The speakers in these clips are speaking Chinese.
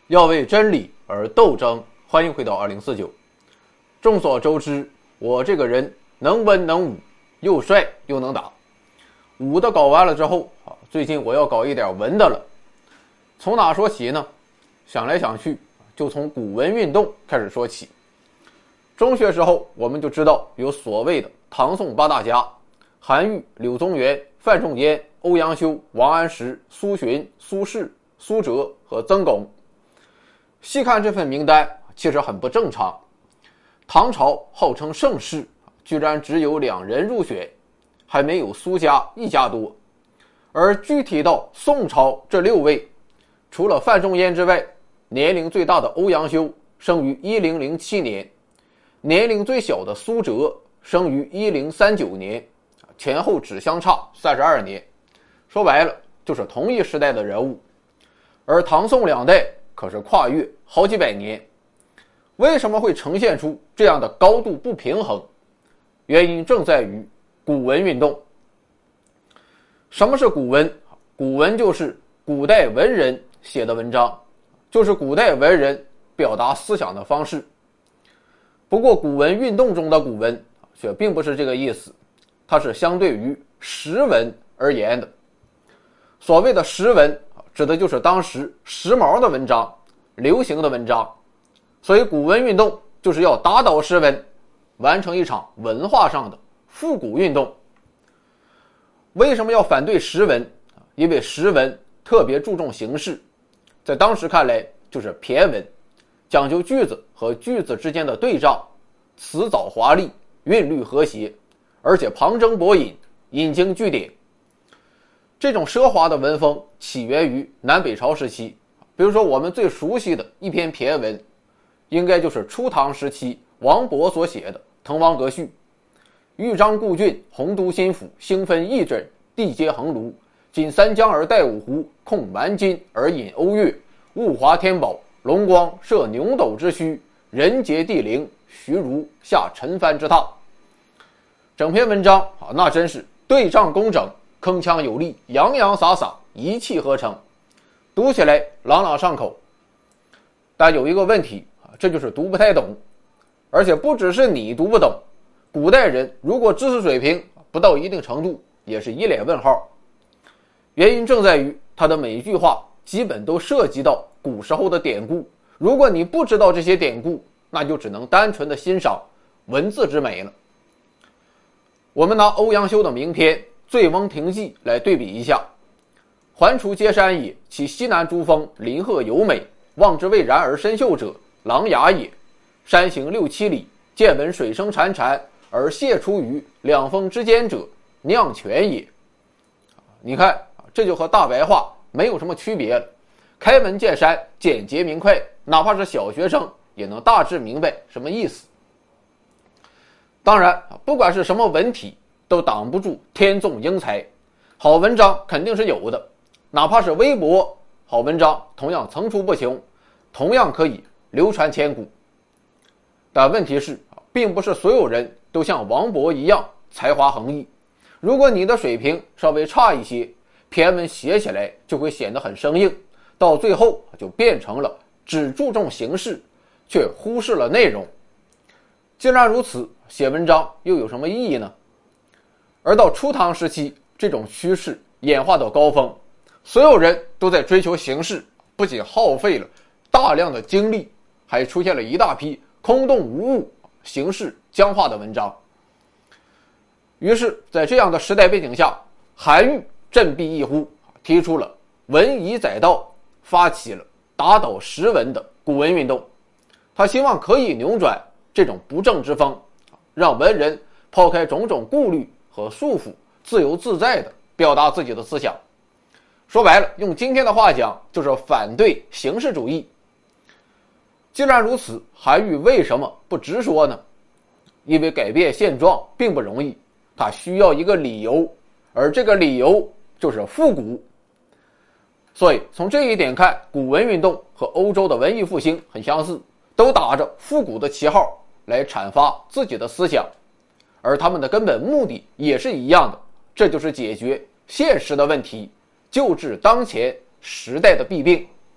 要为真理而斗争。欢迎回到2049。众所周知，我这个人能文能武，又帅又能打。武的搞完了之后最近我要搞一点文的了。从哪说起呢？想来想去，就从古文运动开始说起。中学时候我们就知道有所谓的唐宋八大家：韩愈、柳宗元、范仲淹、欧阳修、王安石、苏洵、苏轼、苏辙和曾巩。细看这份名单，其实很不正常。唐朝号称盛世，居然只有2人入选，还没有苏家一家多。而具体到宋朝这6位，除了范仲淹之外，年龄最大的欧阳修生于1007年，年龄最小的苏辙生于1039年，前后只相差32年。说白了，就是同一时代的人物。而唐宋2代可是跨越好几百年。为什么会呈现出这样的高度不平衡？原因正在于古文运动。什么是古文？古文就是古代文人写的文章，就是古代文人表达思想的方式。不过古文运动中的古文却并不是这个意思，它是相对于时文而言的。所谓的时文指的就是当时时髦的文章，流行的文章。所以古文运动就是要打倒时文，完成一场文化上的复古运动。为什么要反对时文？因为时文特别注重形式，在当时看来就是骈文，讲究句子和句子之间的对仗，词藻华丽，韵律和谐，而且旁征博引，引经据典。这种奢华的文风起源于南北朝时期，比如说我们最熟悉的一篇骈文，应该就是初唐时期王勃所写的《滕王阁序》。豫章故郡，洪都新府，兴分邑镇，地接衡庐。仅3江而带5湖，控蛮荆而引瓯越。物华天宝，龙光射牛斗之墟，人杰地灵，徐如下陈蕃之榻。整篇文章那真是对仗工整，铿锵有力，洋洋洒洒，一气呵成，读起来朗朗上口。但有一个问题，这就是读不太懂。而且不只是你读不懂，古代人如果知识水平不到一定程度，也是一脸问号。原因正在于他的每一句话基本都涉及到古时候的典故，如果你不知道这些典故，那就只能单纯的欣赏文字之美了。我们拿欧阳修的名篇《醉翁亭记》来对比一下。环滁皆山也，其西南诸峰林壑尤美，望之蔚然而深秀者，琅琊也。山行6、7里，见闻水声潺潺，而泻出于2峰之间者，酿泉也。你看，这就和大白话没有什么区别了。开门见山，简洁明快，哪怕是小学生也能大致明白什么意思。当然，不管是什么文体，都挡不住天纵英才。好文章肯定是有的，哪怕是微博，好文章同样层出不穷，同样可以流传千古。但问题是，并不是所有人都像王勃一样才华横溢。如果你的水平稍微差一些，骈文写起来就会显得很生硬，到最后就变成了只注重形式，却忽视了内容。既然如此，写文章又有什么意义呢？而到初唐时期，这种趋势演化到高峰，所有人都在追求形式，不仅耗费了大量的精力，还出现了一大批空洞无物、形式僵化的文章。于是在这样的时代背景下，韩愈振臂一呼，提出了文以载道，发起了打倒时文的古文运动。他希望可以扭转这种不正之风，让文人抛开种种顾虑和束缚，自由自在地表达自己的思想。说白了，用今天的话讲，就是反对形式主义。既然如此，韩愈为什么不直说呢？因为改变现状并不容易，他需要一个理由，而这个理由就是复古。所以从这一点看，古文运动和欧洲的文艺复兴很相似，都打着复古的旗号来阐发自己的思想，而他们的根本目的也是一样的，这就是解决现实的问题，救治当前时代的弊病。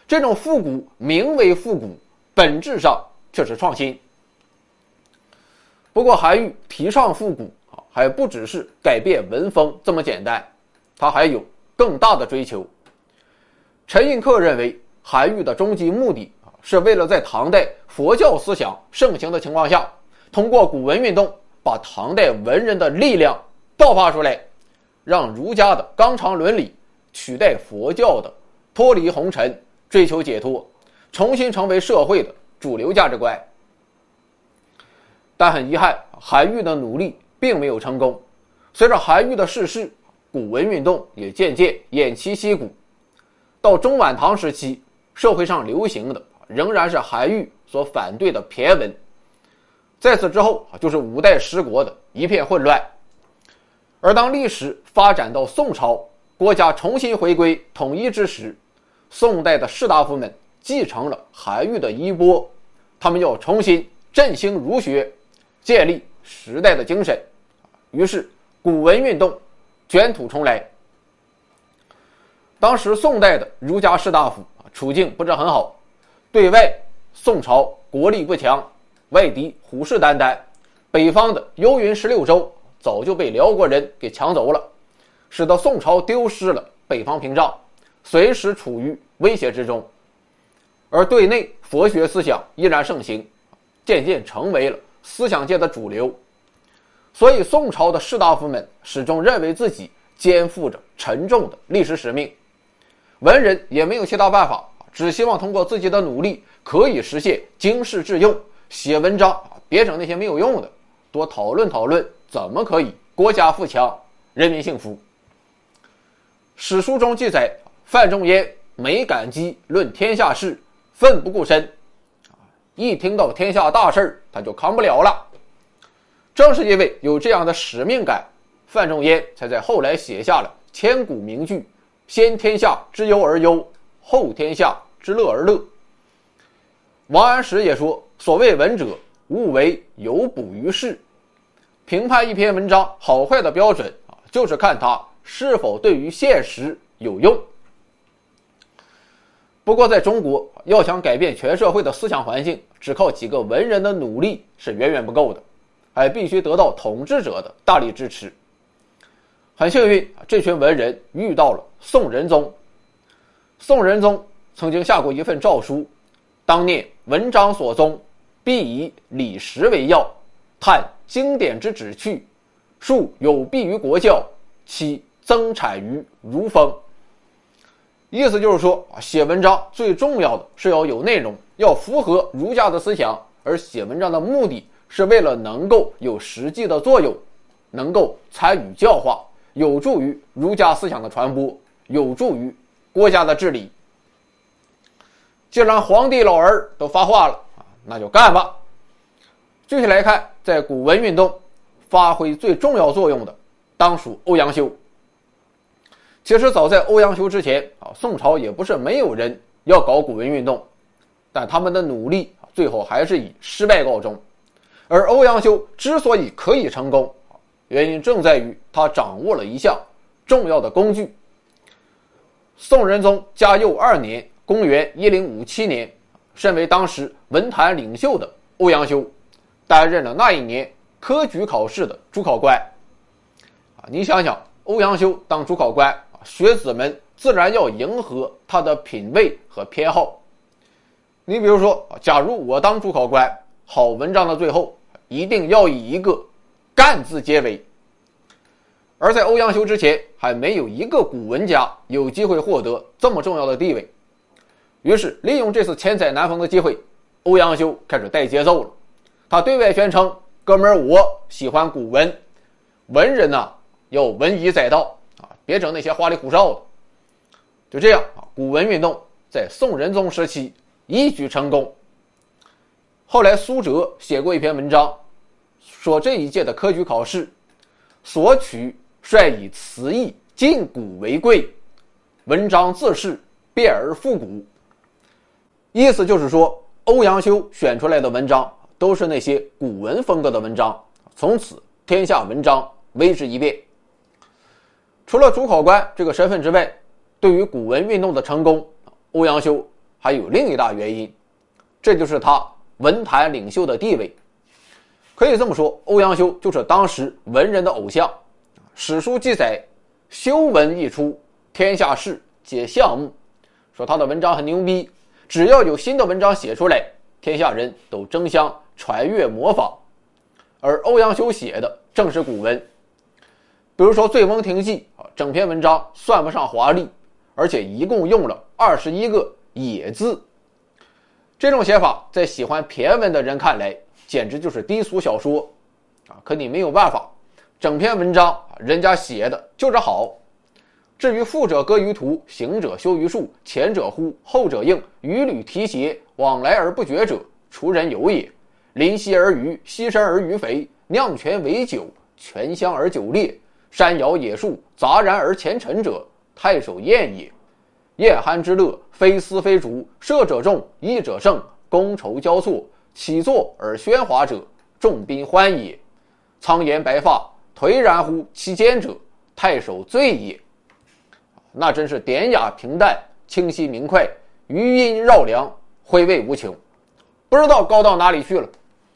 这种复古名为复古，本质上却是创新。不过韩愈提倡复古还不只是改变文风这么简单，他还有更大的追求。陈寅恪认为，韩愈的终极目的是为了在唐代佛教思想盛行的情况下，通过古文运动把唐代文人的力量爆发出来，让儒家的纲常伦理取代佛教的脱离红尘，追求解脱，重新成为社会的主流价值观。但很遗憾，韩愈的努力并没有成功。随着韩愈的逝世，古文运动也渐渐偃旗息鼓。到中晚唐时期，社会上流行的仍然是韩愈所反对的骈文。在此之后，就是五代十国的一片混乱。而当历史发展到宋朝，国家重新回归统一之时，宋代的士大夫们继承了韩愈的衣钵，他们要重新振兴儒学，建立时代的精神。于是古文运动卷土重来。当时宋代的儒家士大夫处境不是很好，对外宋朝国力不强，外敌虎视眈眈，北方的幽云16州早就被辽国人给抢走了，使得宋朝丢失了北方屏障，随时处于威胁之中。而对内佛学思想依然盛行，渐渐成为了思想界的主流。所以宋朝的士大夫们始终认为自己肩负着沉重的历史使命，文人也没有其他办法，只希望通过自己的努力可以实现经世致用，写文章别整那些没有用的，多讨论讨论怎么可以国家富强，人民幸福。史书中记载，范仲淹每感激论天下事，奋不顾身，一听到天下大事他就扛不了了。正是因为有这样的使命感，范仲淹才在后来写下了千古名句：先天下之忧而忧，后天下之乐而乐。王安石也说，所谓文者，务为有补于事。评判一篇文章好坏的标准就是看它是否对于现实有用。不过在中国，要想改变全社会的思想环境，只靠几个文人的努力是远远不够的，还必须得到统治者的大力支持。很幸运，这群文人遇到了宋仁宗。宋仁宗曾经下过一份诏书，当念文章所宗，必以理实为要，探经典之旨趣，树有弊于国教，其增产于儒风。意思就是说，写文章最重要的是要有内容，要符合儒家的思想，而写文章的目的是为了能够有实际的作用，能够参与教化，有助于儒家思想的传播，有助于国家的治理。既然皇帝老儿都发话了，那就干吧。具体来看，在古文运动发挥最重要作用的当属欧阳修。其实早在欧阳修之前，宋朝也不是没有人要搞古文运动，但他们的努力最后还是以失败告终。而欧阳修之所以可以成功，原因正在于他掌握了一项重要的工具。宋仁宗嘉佑2年，公元1057年，身为当时文坛领袖的欧阳修，担任了那一年科举考试的主考官。你想想，欧阳修当主考官，学子们自然要迎合他的品味和偏好。你比如说，假如我当主考官，好文章的最后一定要以一个干字结尾。而在欧阳修之前，还没有一个古文家有机会获得这么重要的地位。于是利用这次千载难逢的机会，欧阳修开始带节奏了。他对外宣称，哥们儿，我喜欢古文，文人要文以载道，别整那些花里胡哨的。就这样，古文运动在宋仁宗时期一举成功。后来苏辙写过一篇文章，说这一届的科举考试所取率以词义近古为贵，文章自是变而复古。意思就是说，欧阳修选出来的文章都是那些古文风格的文章，从此天下文章为之一变。除了主考官这个身份之外，对于古文运动的成功，欧阳修还有另一大原因，这就是他文坛领袖的地位。可以这么说，欧阳修就是当时文人的偶像。史书记载，修文一出，天下事皆项目，说他的文章很牛逼，只要有新的文章写出来，天下人都争相传阅模仿。而欧阳修写的正是古文，比如说《醉翁亭记》整篇文章算不上华丽，而且一共用了21个野字。这种写法在喜欢骈文的人看来简直就是低俗小说可你没有办法，整篇文章人家写的就是好。至于富者歌于途，行者修于树，前者呼，后者应，语履提携，往来而不绝者，除人有也。临溪而渔，溪深而鱼肥，酿泉为酒，泉香而酒冽，山摇野树，杂然而前陈者，太守宴也。宴酣之乐，非丝非竹，射者众，弈者胜，觥筹交错，起坐而喧哗者，众宾欢也。苍颜白发，颓然乎其间者，太守醉也。那真是典雅平淡，清晰明快，余音绕梁，回味无穷，不知道高到哪里去了。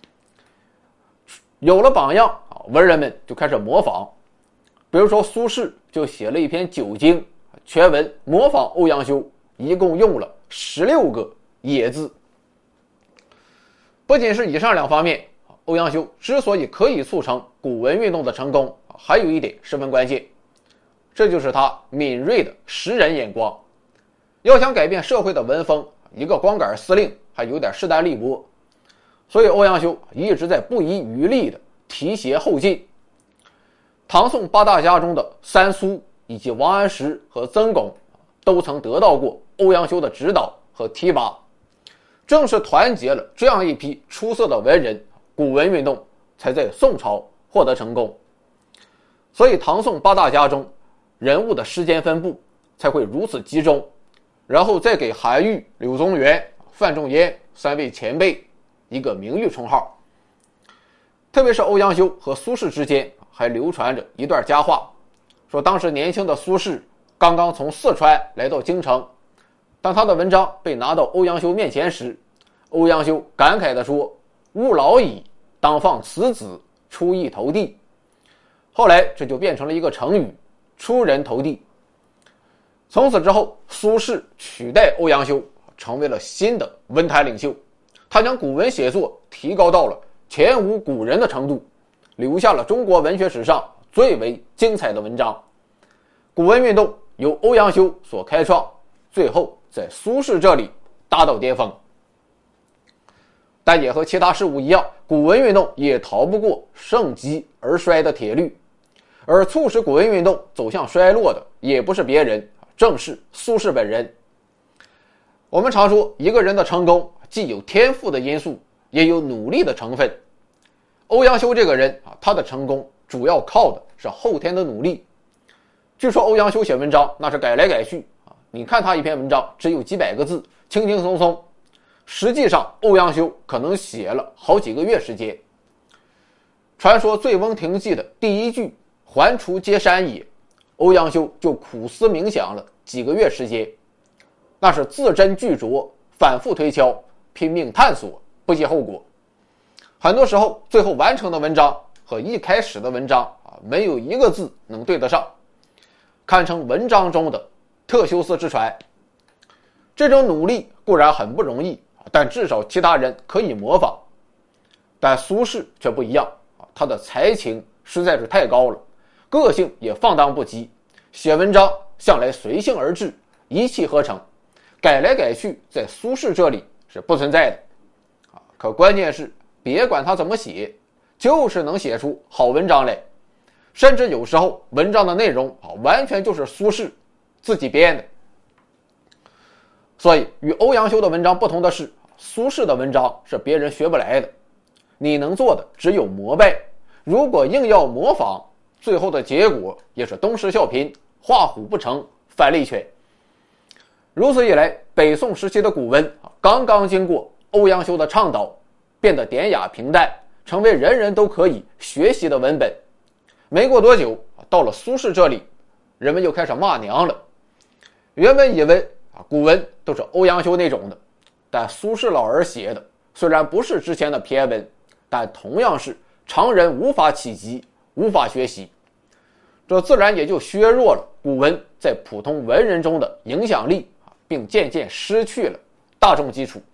有了榜样，文人们就开始模仿。比如说苏轼就写了一篇《酒经》，全文模仿欧阳修，一共用了16个野字。不仅是以上两方面，欧阳修之所以可以促成古文运动的成功，还有一点十分关键，这就是他敏锐的识人眼光。要想改变社会的文风，一个光杆司令还有点势单力薄，所以欧阳修一直在不遗余力的提携后进。唐宋八大家中的三苏以及王安石和曾巩都曾得到过欧阳修的指导和提拔。正是团结了这样一批出色的文人，古文运动才在宋朝获得成功。所以唐宋八大家中人物的时间分布才会如此集中，然后再给韩愈、柳宗元、范仲淹三位前辈一个名誉称号。特别是欧阳修和苏轼之间还流传着一段佳话，说当时年轻的苏轼刚刚从四川来到京城，当他的文章被拿到欧阳修面前时，欧阳修感慨地说：“吾老矣，当放此子出意投地。”后来这就变成了一个成语，出人头地。从此之后，苏轼取代欧阳修成为了新的文坛领袖，他将古文写作提高到了前无古人的程度，留下了中国文学史上最为精彩的文章。古文运动由欧阳修所开创，最后在苏轼这里达到巅峰。但也和其他事物一样，古文运动也逃不过盛极而衰的铁律，而促使古文运动走向衰落的也不是别人，正是苏轼本人。我们常说一个人的成功既有天赋的因素，也有努力的成分。欧阳修这个人他的成功主要靠的是后天的努力。据说欧阳修写文章那是改来改去你看他一篇文章只有几百个字，轻轻松松，实际上欧阳修可能写了好几个月时间。传说《醉翁亭记》的第一句“环滁皆山也”，欧阳修就苦思冥想了几个月时间，那是字斟句酌，反复推敲，拼命探索，不计后果。很多时候最后完成的文章和一开始的文章没有一个字能对得上，堪称文章中的特修斯之船。这种努力固然很不容易，但至少其他人可以模仿。但苏轼却不一样，他的才情实在是太高了，个性也放荡不羁，写文章向来随性而至，一气呵成，改来改去在苏轼这里是不存在的。可关键是别管他怎么写，就是能写出好文章来，甚至有时候文章的内容完全就是苏轼自己编的。所以与欧阳修的文章不同的是，苏轼的文章是别人学不来的，你能做的只有膜拜，如果硬要模仿，最后的结果也是东施效颦，画虎不成反类犬。如此一来，北宋时期的古文刚刚经过欧阳修的倡导，变得典雅平淡，成为人人都可以学习的文本。没过多久，到了苏轼这里，人们又开始骂娘了。原本以为古文都是欧阳修那种的，但苏轼老儿写的虽然不是之前的骈文，但同样是常人无法企及、无法学习，这自然也就削弱了古文在普通文人中的影响力，并渐渐失去了大众基础。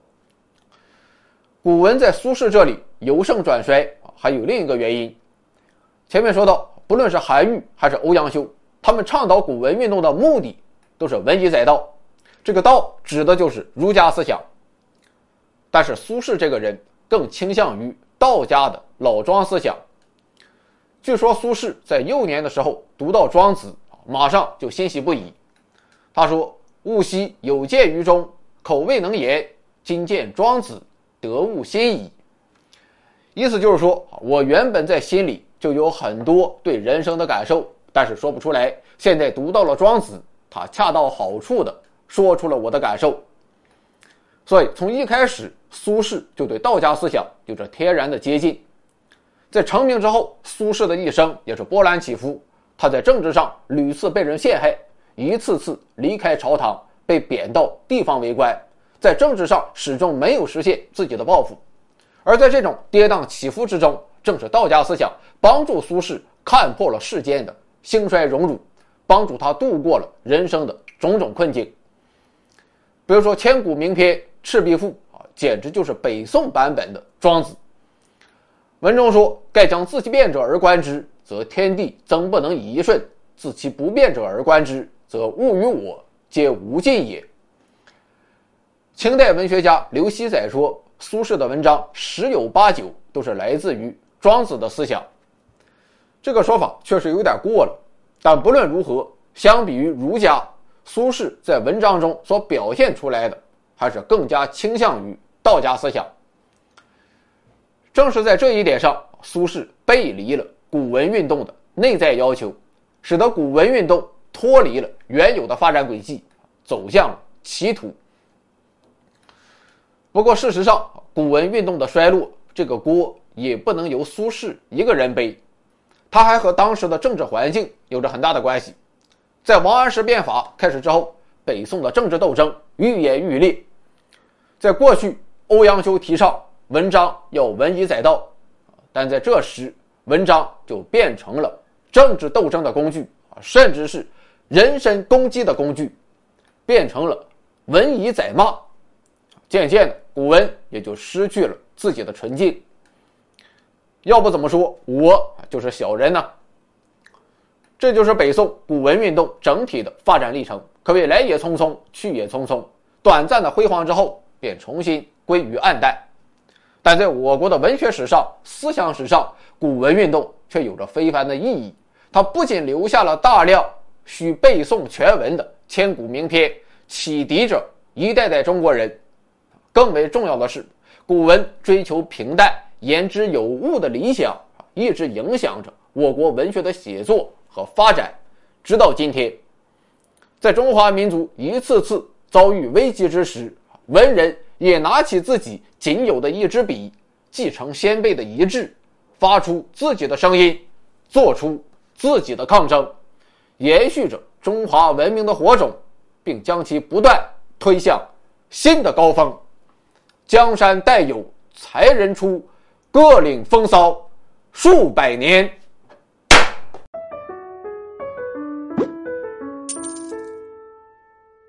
古文在苏轼这里由盛转衰，还有另一个原因。前面说到，不论是韩愈还是欧阳修，他们倡导古文运动的目的都是文以载道，这个道指的就是儒家思想。但是苏轼这个人更倾向于道家的老庄思想。据说苏轼在幼年的时候读到庄子，马上就欣喜不已。他说：吾昔有见于中，口未能言，今见庄子，得悟心矣。意思就是说，我原本在心里就有很多对人生的感受，但是说不出来，现在读到了庄子，他恰到好处的说出了我的感受。所以从一开始，苏轼就对道家思想有着天然的接近。在成名之后，苏轼的一生也是波澜起伏，他在政治上屡次被人陷害，一次次离开朝堂，被贬到地方为官，在政治上始终没有实现自己的抱负。而在这种跌宕起伏之中，正是道家思想帮助苏轼看破了世间的兴衰荣辱，帮助他度过了人生的种种困境。比如说千古名篇《赤壁赋》简直就是北宋版本的庄子。文中说：盖将自其变者而观之，则天地曾不能以一瞬；自其不变者而观之，则物与我皆无尽也。清代文学家刘熙载说，苏轼的文章十有八九都是来自于庄子的思想。这个说法确实有点过了，但不论如何，相比于儒家，苏轼在文章中所表现出来的还是更加倾向于道家思想。正是在这一点上，苏轼背离了古文运动的内在要求，使得古文运动脱离了原有的发展轨迹，走向了歧途。不过事实上，古文运动的衰落，这个锅也不能由苏轼一个人背，他还和当时的政治环境有着很大的关系。在王安石变法开始之后，北宋的政治斗争愈演愈烈。在过去，欧阳修提倡文章要文以载道，但在这时，文章就变成了政治斗争的工具，甚至是人身攻击的工具，变成了文以载骂。渐渐的，古文也就失去了自己的纯净。要不怎么说我就是小人呢？这就是北宋古文运动整体的发展历程，可谓来也匆匆，去也匆匆。短暂的辉煌之后，便重新归于暗淡。但在我国的文学史上、思想史上，古文运动却有着非凡的意义。它不仅留下了大量需背诵全文的千古名篇，启迪着一代代中国人。更为重要的是，古文追求平淡、言之有物的理想，一直影响着我国文学的写作和发展，直到今天。在中华民族一次次遭遇危机之时，文人也拿起自己仅有的一支笔，继承先辈的遗志，发出自己的声音，做出自己的抗争，延续着中华文明的火种，并将其不断推向新的高峰。江山代有才人出，各领风骚数百年。